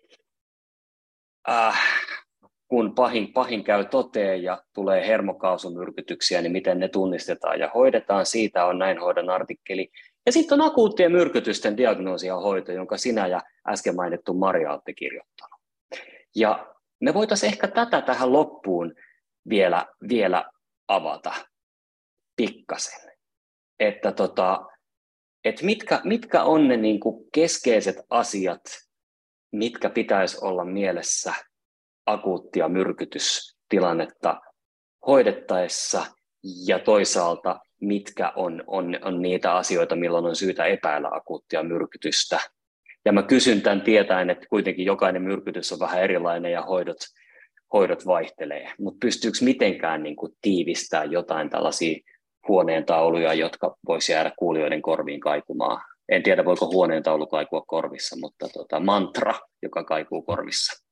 äh, kun pahin, pahin käy toteen ja tulee hermokaasumyrkytyksiä, niin miten ne tunnistetaan ja hoidetaan. Siitä on Näin hoidan artikkeli. Ja sitten on akuuttien myrkytysten diagnoosi ja hoito, jonka sinä ja äsken mainittu Maria olette kirjoittanut. Ja me voitaisiin ehkä tätä tähän loppuun vielä, vielä avata pikkasen. Että tota, et mitkä, mitkä on ne niinku keskeiset asiat, mitkä pitäisi olla mielessä akuuttia myrkytystilannetta hoidettaessa, ja toisaalta mitkä on, on, on niitä asioita, milloin on syytä epäillä akuuttia myrkytystä. Ja mä kysyn tämän tietäen, että kuitenkin jokainen myrkytys on vähän erilainen ja hoidot, hoidot vaihtelee. Mutta pystyykö mitenkään niin kuin tiivistämään jotain tällaisia huoneentauluja, jotka voisi jäädä kuulijoiden korviin kaikumaan? En tiedä, voiko huoneentaulu kaikua korvissa, mutta tota, mantra, joka kaikuu korvissa.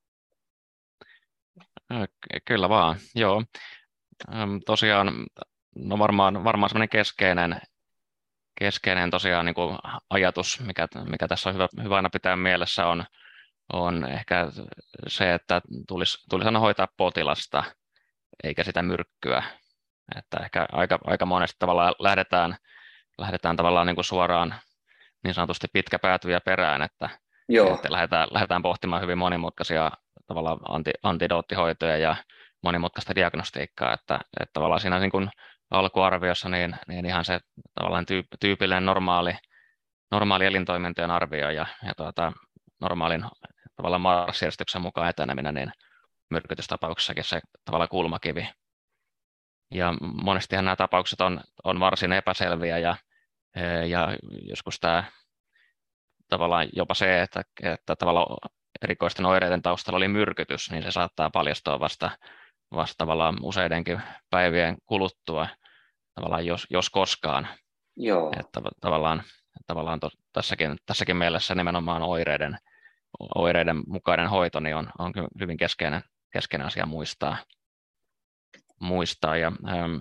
Kyllä vaan, joo. Tosiaan, no varmaan, varmaan semmoinen keskeinen, keskeinen tosiaan niin kuin ajatus, mikä, mikä tässä on hyvä, hyvä aina pitää mielessä, on, on ehkä se, että tulisi, tulisi aina hoitaa potilasta, eikä sitä myrkkyä. Että ehkä aika, aika monesti tavallaan lähdetään, lähdetään tavallaan niin kuin suoraan niin sanotusti pitkäpäätyjä perään, että, että lähdetään, lähdetään pohtimaan hyvin monimutkaisia tavallaan anti, antidoottihoitoja ja monimutkaista diagnostiikkaa, että, että tavallaan siinä niin kuin alkuarviossa niin, niin ihan se tavallaan tyyp, tyypillinen normaali, normaali elintoimintojen arvio ja, ja tuota, normaalin tavallaan marssijärjestyksen mukaan eteneminen, niin myrkytystapauksessakin se tavallaan kulmakivi. Ja monestihan nämä tapaukset on, on varsin epäselviä ja, ja joskus tämä tavallaan jopa se, että, että tavallaan erikoisten oireiden taustalla oli myrkytys, niin se saattaa paljastua vasta, vasta tavallaan useidenkin päivien kuluttua, tavallaan jos, jos koskaan. Joo. Että tavallaan, tavallaan to, tässäkin, tässäkin mielessä nimenomaan oireiden, oireiden mukainen hoito niin on, on hyvin keskeinen, keskeinen asia muistaa. muistaa. Ja, ähm,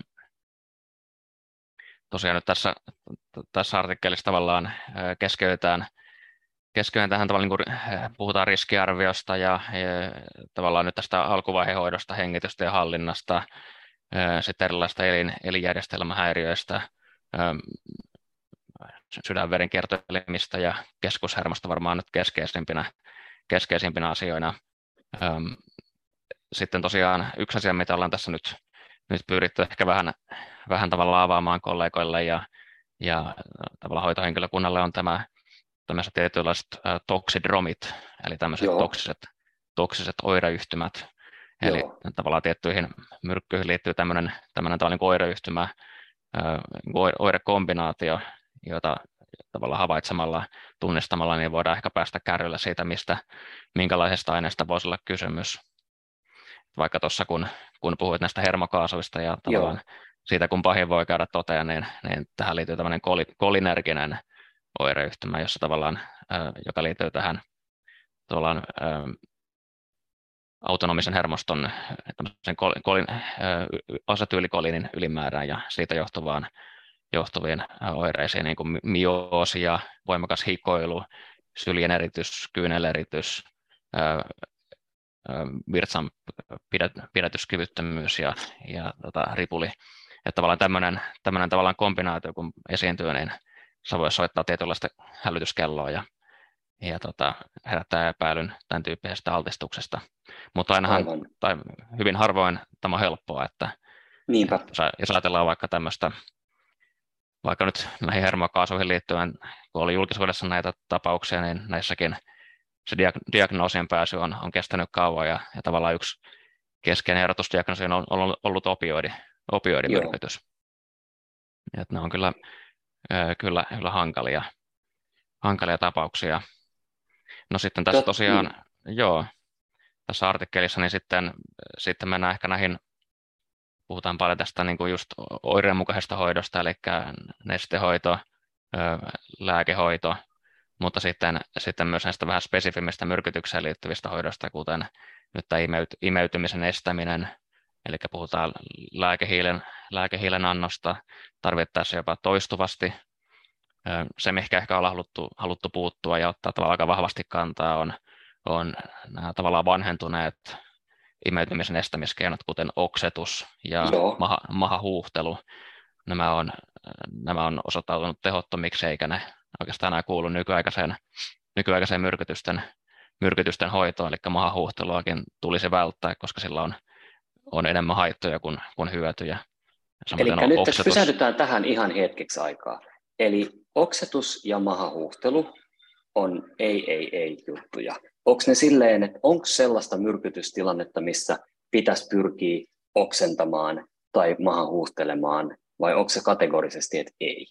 tosiaan nyt tässä, tässä artikkelissa tavallaan äh, keskeytetään Keskeytetään tähän tavallaan, niin kuin puhutaan riskiarviosta ja, ja tavallaan nyt tästä alkuvaihehoidosta, hengitystä ja hallinnasta, sitten erilaisista elin, elinjärjestelmähäiriöistä, sydänverenkiertoelimistä ja keskushermosta varmaan nyt keskeisimpinä, keskeisimpinä asioina. Sitten tosiaan yksi asia, mitä ollaan tässä nyt, nyt pyritty ehkä vähän, vähän tavallaan avaamaan kollegoille ja, ja tavallaan hoitohenkilökunnalle on tämä tämmöiset tietynlaiset äh, toksidromit, eli tämmöiset toksiset, toksiset oireyhtymät. Eli Joo. tavallaan tiettyihin myrkkyihin liittyy tämmöinen, tämmöinen tavallaan oireyhtymä, äh, oirekombinaatio, jota tavallaan havaitsemalla, tunnistamalla, niin voidaan ehkä päästä kärrylle siitä, mistä, minkälaisesta aineesta voisi olla kysymys. Vaikka tuossa, kun, kun puhuit näistä hermokaasuista ja tavallaan Joo. siitä, kun pahin voi käydä toteen, niin, niin tähän liittyy tämmöinen kolinerginen oireyhtymä, jossa tavallaan, joka liittyy tähän tavallaan, autonomisen hermoston kol, kolin, asetyylikolinin ylimäärään ja siitä johtuvaan, johtuviin oireisiin, niin kuin myoosia, voimakas hikoilu, syljen eritys, kyyneleritys, virtsan pidätyskyvyttömyys ja, ja tota, ripuli. Että tavallaan tämmöinen, tämmöinen tavallaan kombinaatio, kun esiintyy, niin se voi soittaa tietynlaista hälytyskelloa ja, ja tota, herättää epäilyn tämän tyyppisestä altistuksesta. Mutta ainahan, tai hyvin harvoin tämä on helppoa, että, että jos ajatellaan vaikka tämmöistä, vaikka nyt näihin hermokaasuihin liittyen, kun oli julkisuudessa näitä tapauksia, niin näissäkin se diagnoosien pääsy on, on kestänyt kauan ja, ja tavallaan yksi keskeinen erotusdiagnoosi on ollut, ollut opioidi, opioidimyrkytys. Että ne on kyllä, kyllä, kyllä hankalia, hankalia tapauksia. No sitten tässä tosiaan, mm. joo, tässä artikkelissa niin sitten, sitten mennään ehkä näihin, puhutaan paljon tästä niin kuin just oireenmukaisesta hoidosta, eli nestehoito, lääkehoito, mutta sitten, sitten myös näistä vähän spesifimmistä myrkytykseen liittyvistä hoidosta, kuten nyt tämä imeytymisen estäminen, eli puhutaan lääkehiilen, lääkehiilen annosta, tarvittaessa jopa toistuvasti. Se, mikä ehkä on haluttu, haluttu puuttua ja ottaa tavallaan aika vahvasti kantaa, on, on nämä tavallaan vanhentuneet imeytymisen estämiskeinot, kuten oksetus ja maha, mahahuuhtelu. Nämä on, nämä on osoittautunut tehottomiksi, eikä ne oikeastaan enää kuulu nykyaikaiseen, nykyaikaiseen myrkytysten, myrkytysten hoitoon, eli mahahuuhteluakin tulisi välttää, koska sillä on, on enemmän haittoja kuin, kuin hyötyjä. Eli nyt oksetus... pysähdytään tähän ihan hetkeksi aikaa. Eli oksetus ja mahahuuhtelu on ei, ei, ei juttuja. Onko ne silleen, että onko sellaista myrkytystilannetta, missä pitäisi pyrkiä oksentamaan tai mahahuuhtelemaan, vai onko se kategorisesti, että ei?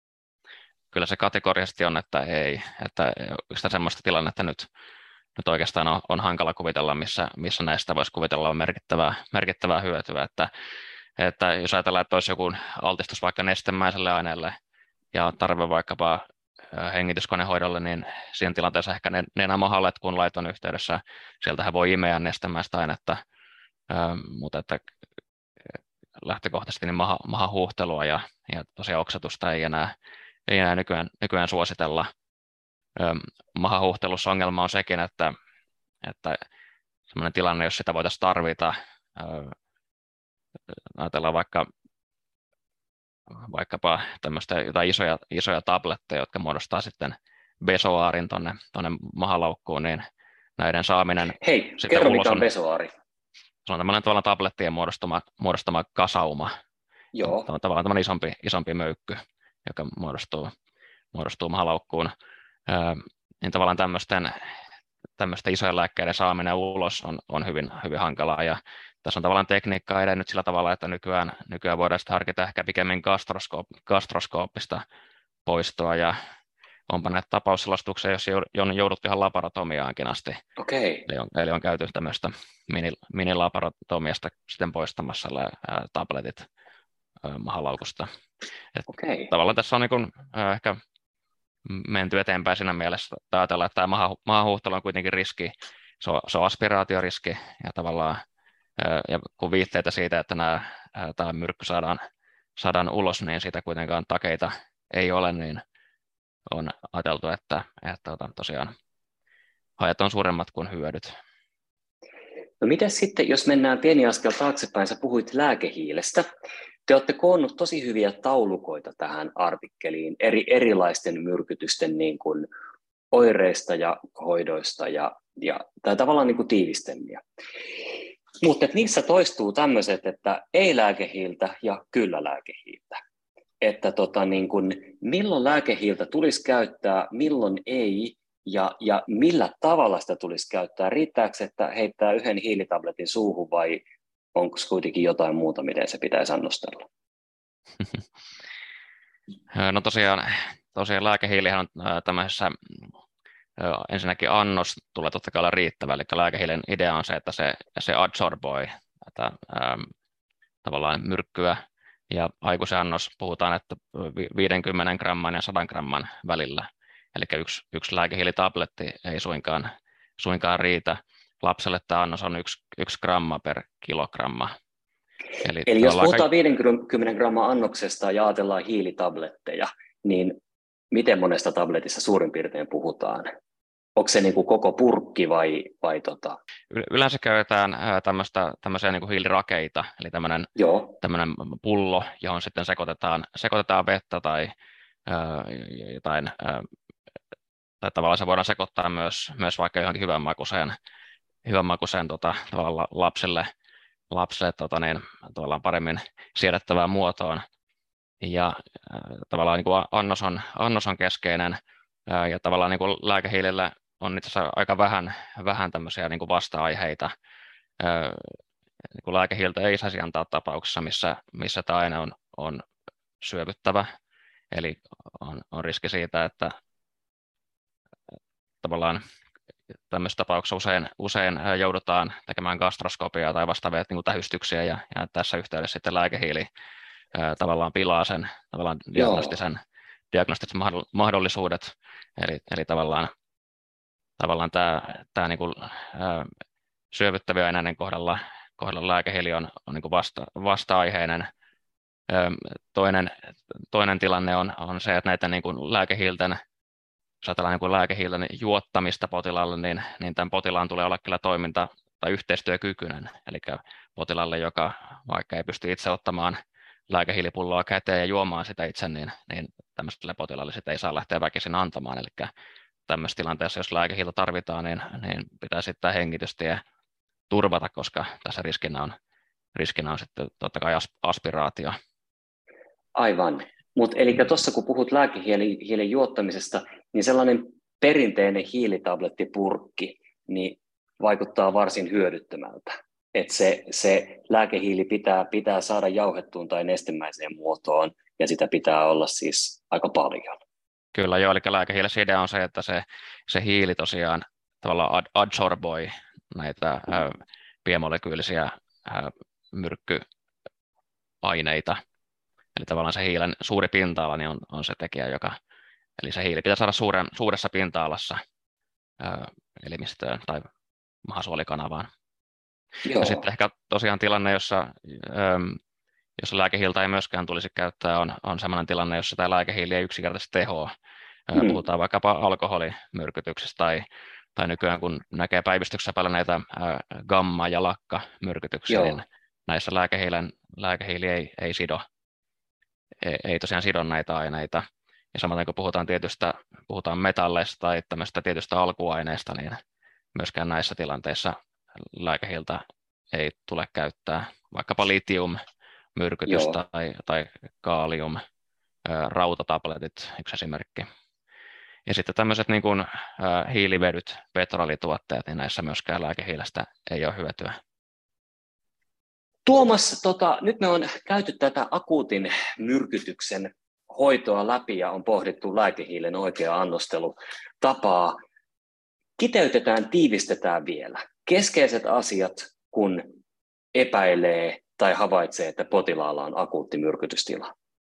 Kyllä se kategorisesti on, että ei. Että sitä semmoista tilannetta nyt, nyt oikeastaan on, on hankala kuvitella, missä, missä näistä voisi kuvitella on merkittävää, merkittävää hyötyä. Että, että jos ajatellaan, että olisi joku altistus vaikka nestemäiselle aineelle ja tarve vaikkapa hengityskonehoidolle, niin siinä tilanteessa ehkä nenämahalle, kun laiton yhteydessä, sieltähän voi imeä nestemäistä ainetta, mutta että lähtökohtaisesti niin maha, mahahuuhtelua ja, ja tosiaan oksetusta ei enää, ei enää nykyään, nykyään suositella. Mahahuuhtelussa ongelma on sekin, että, että sellainen tilanne, jos sitä voitaisiin tarvita, ajatellaan vaikka vaikkapa tämmöistä jotain isoja, isoja tabletteja, jotka muodostaa sitten besoaarin tuonne tonne mahalaukkuun, niin näiden saaminen... Hei, kerro mikä on besoaari. Se on tämmöinen tavallaan tablettien muodostama, muodostama kasauma. Joo. Se on tavallaan tämmöinen isompi, isompi möykky, joka muodostuu, muodostuu mahalaukkuun. Öö, niin tavallaan tämmöisten, tämmöisten isojen lääkkeiden saaminen ulos on, on hyvin, hyvin hankalaa. Ja tässä on tavallaan tekniikkaa edennyt sillä tavalla, että nykyään, nykyään voidaan sitten harkita ehkä pikemmin gastroskoop, gastroskooppista poistoa. Ja onpa näitä tapausselostuksia, jos on jouduttu ihan laparatomiaankin asti. Okay. Eli, on, eli on käyty tämmöistä mini, minilaparatomiasta sitten poistamassa ää, tabletit ää, mahalaukusta. Okay. Tavallaan tässä on niin kun, ää, ehkä menty eteenpäin siinä mielessä, että ajatellaan, että tämä maha, mahahuuhtelu on kuitenkin riski, se on, se on aspiraatioriski ja tavallaan ää, ja kun viitteitä siitä, että nämä, ää, tämä myrkky saadaan, saadaan ulos, niin siitä kuitenkaan takeita ei ole, niin on ajateltu, että, että tosiaan haitat on suuremmat kuin hyödyt. No miten sitten, jos mennään pieni askel taaksepäin, sä puhuit lääkehiilestä. Te olette koonnut tosi hyviä taulukoita tähän artikkeliin eri, erilaisten myrkytysten niin kuin oireista ja hoidoista ja, ja tai tavallaan niin kuin tiivistelmiä. Mutta niissä toistuu tämmöiset, että ei lääkehiiltä ja kyllä lääkehiiltä. Että tota, niin kun, milloin lääkehiiltä tulisi käyttää, milloin ei, ja, ja millä tavalla sitä tulisi käyttää. Riittääkö, että heittää yhden hiilitabletin suuhun, vai onko kuitenkin jotain muuta, miten se pitäisi annostella? No tosiaan, tosiaan lääkehiilihän on tämmöisessä, ensinnäkin annos tulee totta kai olla riittävä, eli lääkehiilen idea on se, että se, se adsorboi että, ähm, tavallaan myrkkyä, ja aikuisen annos puhutaan, että viisikymmentä gramman ja sata gramman välillä. Eli yksi, yksi lääkehiilitabletti ei suinkaan, suinkaan riitä. lapselle tämä annos on yksi, yksi gramma per kilogramma. Eli, Eli jos puhutaan viisikymmentä grammaa annoksesta ja ajatellaan hiilitabletteja, niin miten monesta tabletissa suurin piirtein puhutaan? Onko se niin kuin koko purkki vai, vai tota? Yleensä käytetään tämmöistä, tämmöisiä niin kuin hiilirakeita, eli tämmöinen, tämmöinen pullo, johon sitten sekoitetaan, sekoitetaan vettä tai ää, jotain, ää, tai tavallaan se voidaan sekoittaa myös, myös vaikka johonkin hyvänmakuiseen, hyvänmakuiseen tota, tavallaan lapsille, lapsille tota, niin, tavallaan paremmin siedettävään muotoon. Ja ää, tavallaan niin kuin annos, on, annos on keskeinen, ää, ja tavallaan niin kuin lääkehiilillä on itse asiassa aika vähän, vähän tämmöisiä niin kuin vasta-aiheita. Ää, niin kuin lääkehiiltä ei saisi antaa tapauksessa, missä, missä tämä aine on, on syövyttävä. Eli on, on riski siitä, että tavallaan tämmöisessä tapauksessa usein, usein joudutaan tekemään gastroskopiaa tai vastaavia niin kuin tähystyksiä, ja, ja tässä yhteydessä sitten lääkehiili ää, tavallaan pilaa sen tavallaan diagnostisen, diagnostiset mahdollisuudet. Eli, eli tavallaan, tavallaan tämä, tämä niin kuin, ää, syövyttävien aineiden kohdalla, kohdalla lääkehiili on, on niin kuin vasta, vasta-aiheinen. Toinen, toinen tilanne on, on se, että näitä niin kuin lääkehiilten, jos ajatellaan niin kuin lääkehiilten juottamista potilaalle, niin, niin tämän potilaan tulee olla kyllä toiminta- tai yhteistyökykyinen. Eli potilaalle, joka vaikka ei pysty itse ottamaan lääkehiilipulloa käteen ja juomaan sitä itse, niin, niin tämmöiselle potilaalle sitä ei saa lähteä väkisin antamaan. Eli tämmöisessä tilanteessa, jos lääkehiiltä tarvitaan, niin, niin pitää sitten hengitystie turvata, koska tässä riskinä on, riskinä on sitten totta kai aspiraatio. Aivan. Mutta eli tuossa kun puhut lääkehiilen juottamisesta, niin sellainen perinteinen hiilitablettipurkki niin vaikuttaa varsin hyödyttömältä. Että se, se lääkehiili pitää, pitää saada jauhettuun tai nestemäiseen muotoon, ja sitä pitää olla siis aika paljon. Kyllä joo, eli lääkehiilessä idea on se, että se, se hiili tosiaan tavallaan adsorboi näitä ää, pienomolekyylisiä ää, myrkkyaineita. Eli tavallaan se hiilen suuri pinta-ala niin on, on se tekijä, joka, eli se hiili pitää saada suuren, suuressa pinta-alassa ää, elimistöön tai mahasuolikanavaan. Joo. Ja sitten ehkä tosiaan tilanne, jossa, ää, jossa lääkehiiltä ei myöskään tulisi käyttää, on, on sellainen tilanne, jossa tämä lääkehiili ei yksinkertaisesti tehoa. Ää, mm. Puhutaan vaikkapa alkoholimyrkytyksistä tai, tai nykyään kun näkee päivystyksessä paljon näitä ää, gamma- ja lakka-myrkytyksiä, niin näissä lääkehiilen, lääkehiili ei, ei sido. ei tosiaan sido näitä aineita. Ja samaten kun puhutaan tietystä, puhutaan metalleista tai tämmöistä tietystä alkuaineista, niin myöskään näissä tilanteissa lääkehiiltä ei tule käyttää. Vaikkapa litium-myrkytys tai, tai kaalium, rautatabletit, yksi esimerkki. Ja sitten tämmöiset niin kuin, ä, hiilivedyt, petrolituotteet, niin näissä myöskään lääkehiilestä ei ole hyötyä. Tuomas, tota, nyt me on käyty tätä akuutin myrkytyksen hoitoa läpi ja on pohdittu lääkehiilen oikeaa annostelutapaa. Kiteytetään, tiivistetään vielä. Keskeiset asiat, kun epäilee tai havaitsee, että potilaalla on akuutti myrkytystila.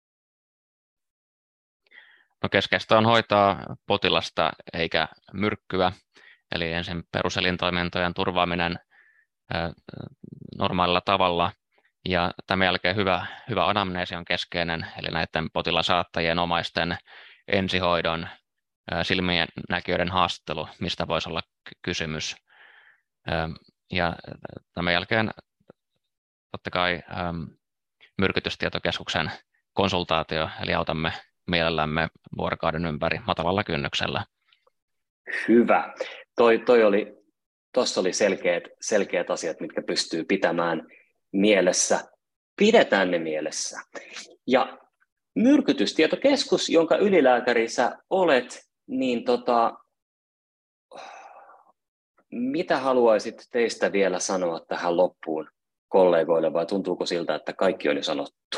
No keskeistä on hoitaa potilasta eikä myrkkyä, eli ensin peruselintoimintojen turvaaminen normaalilla tavalla, ja tämän jälkeen hyvä, hyvä anamneesi on keskeinen, eli näiden potilasaattajien omaisten ensihoidon, silmien näkijöiden haastattelu, mistä voisi olla kysymys. Ja tämän jälkeen totta kai myrkytystietokeskuksen konsultaatio, eli autamme mielellämme vuorokauden ympäri matalalla kynnyksellä. Hyvä. Toi, toi oli, tuossa oli selkeät, selkeät asiat, mitkä pystyy pitämään mielessä. Pidetään ne mielessä. Ja myrkytystietokeskus, jonka ylilääkäri sä olet, niin tota, mitä haluaisit teistä vielä sanoa tähän loppuun kollegoille, vai tuntuuko siltä, että kaikki on jo sanottu?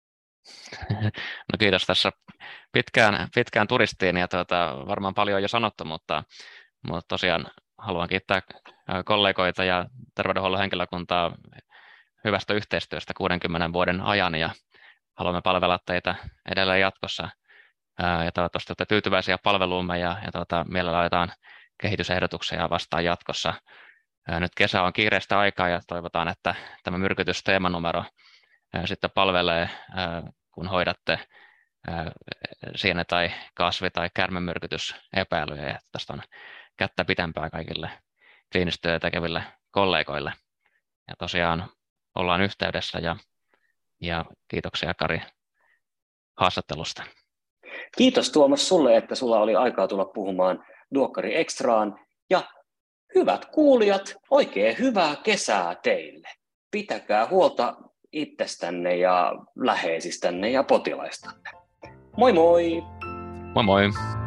No kiitos, tässä pitkään, pitkään turistiin ja tuota, varmaan paljon on jo sanottu, mutta, mutta tosiaan haluan kiittää kollegoita ja terveydenhuollon henkilökuntaa hyvästä yhteistyöstä kuudenkymmenen vuoden ajan, ja haluamme palvella teitä edelleen jatkossa, ja toivottavasti olette tyytyväisiä palveluumme, ja, ja tuota, mielellä laitetaan kehitysehdotuksia vastaan jatkossa. Nyt kesä on kiireistä aikaa ja toivotaan, että tämä myrkytysteemanumero sitten palvelee, kun hoidatte siene- tai kasvi- tai käärmemyrkytysepäilyjä. Ja tästä on kättä pitempää kaikille kliinistyötä tekeville kollegoille. Ja tosiaan ollaan yhteydessä ja, ja kiitoksia Kari haastattelusta. Kiitos Tuomas sulle, että sulla oli aikaa tulla puhumaan Duokkari Extraan. Ja hyvät kuulijat, oikein hyvää kesää teille. Pitäkää huolta itsestänne ja läheisistänne ja potilaistanne. Moi moi! Moi moi!